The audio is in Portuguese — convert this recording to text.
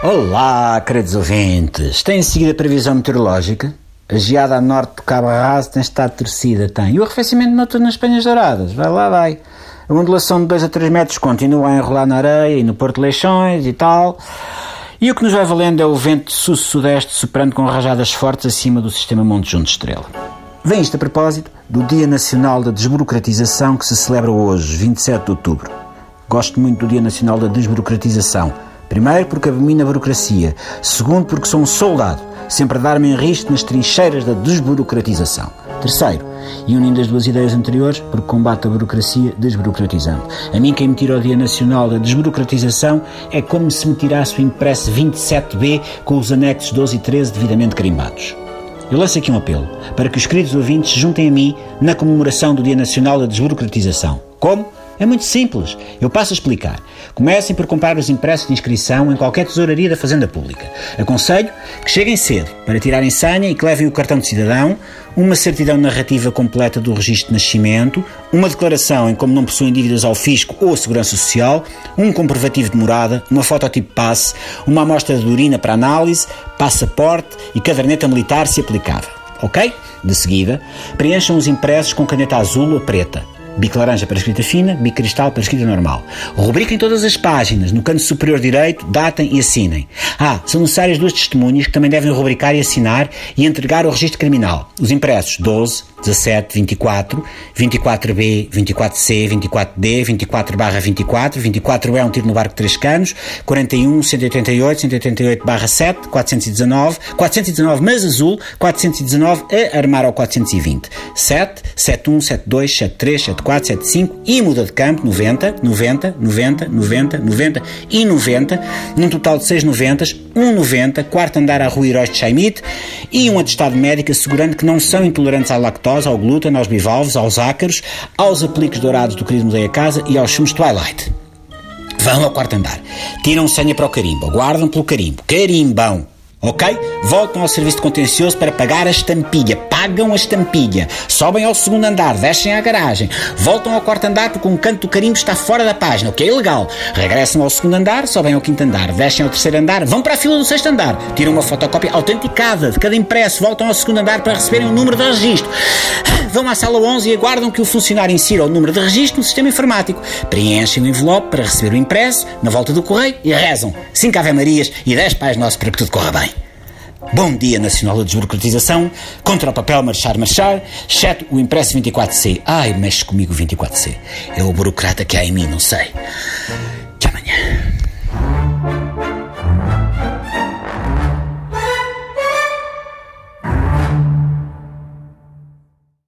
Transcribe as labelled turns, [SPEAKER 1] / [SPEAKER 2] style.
[SPEAKER 1] Olá, queridos ouvintes. Têm seguido a previsão meteorológica? A geada a norte do Cabo Raso tem estado torcida, tem. E o arrefecimento noturno nas Penhas Douradas? Vai lá, vai. A ondulação de 2 a 3 metros continua a enrolar na areia e no Porto de Leixões e tal. E o que nos vai valendo é o vento sul-sudeste soprando com rajadas fortes acima do sistema Monte Junto Estrela. Vem isto a propósito do Dia Nacional da Desburocratização que se celebra hoje, 27 de outubro. Gosto muito do Dia Nacional da Desburocratização. Primeiro, porque abomino a burocracia. Segundo, porque sou um soldado, sempre a dar-me em risco nas trincheiras da desburocratização. Terceiro, e unindo as duas ideias anteriores, porque combate a burocracia desburocratizando. A mim, quem me tira o Dia Nacional da Desburocratização é como se me tirasse o impresso 27B com os anexos 12 e 13 devidamente carimbados. Eu lanço aqui um apelo para que os queridos ouvintes se juntem a mim na comemoração do Dia Nacional da Desburocratização. Como? É muito simples. Eu passo a explicar. Comecem por comprar os impressos de inscrição em qualquer tesouraria da Fazenda Pública. Aconselho que cheguem cedo para tirarem senha e que levem o cartão de cidadão, uma certidão narrativa completa do registro de nascimento, uma declaração em como não possuem dívidas ao fisco ou à Segurança Social, um comprovativo de morada, uma fototipo passe, uma amostra de urina para análise, passaporte e caderneta militar se aplicável. Ok? De seguida, preencham os impressos com caneta azul ou preta. Bico laranja para escrita fina, bico cristal para escrita normal. Rubriquem todas as páginas, no canto superior direito, datem e assinem. São necessárias 2 testemunhas que também devem rubricar e assinar e entregar ao registro criminal. Os impressos 12, 17, 24, 24B, 24C, 24D, 24/24, 24E um tiro no barco de 3 canos, 41, 188, 188/7, 419, 419 mas azul, 419 a armar ao 420, 7, 71, 72, 73, 74, 75 e muda de campo 90, 90, 90, 90, 90 e 90, num total de 6 noventas, um 90, quarto andar à Rua Heróis de Chaimite e um atestado médico assegurando que não são intolerantes à lactose, ao glúten, aos bivalves, aos ácaros, aos apliques dourados do querido Mudei a Casa e aos chumos Twilight. Vão ao quarto andar, tiram senha para o carimbo, aguardam pelo carimbo, carimbão. Ok? Voltam ao serviço de contencioso para pagar a estampilha. Pagam a estampilha. Sobem ao 2º andar, descem à garagem. Voltam ao 4º andar porque um canto do carimbo está fora da página, o que é ilegal. Regressam ao 2º andar, sobem ao 5º andar, descem ao 3º andar, vão para a fila do 6º andar. Tiram uma fotocópia autenticada de cada impresso. Voltam ao 2º andar para receberem o número de registro. Vão à sala 11 e aguardam que o funcionário insira o número de registro no sistema informático. Preenchem o envelope para receber o impresso na volta do correio e rezam 5 Ave-Marias e 10 Pais Nossos para que tudo corra bem. Bom Dia Nacional da Desburocratização, contra o papel marchar, exceto o impresso 24C. Mexe comigo o 24C. É o burocrata que há em mim, não sei.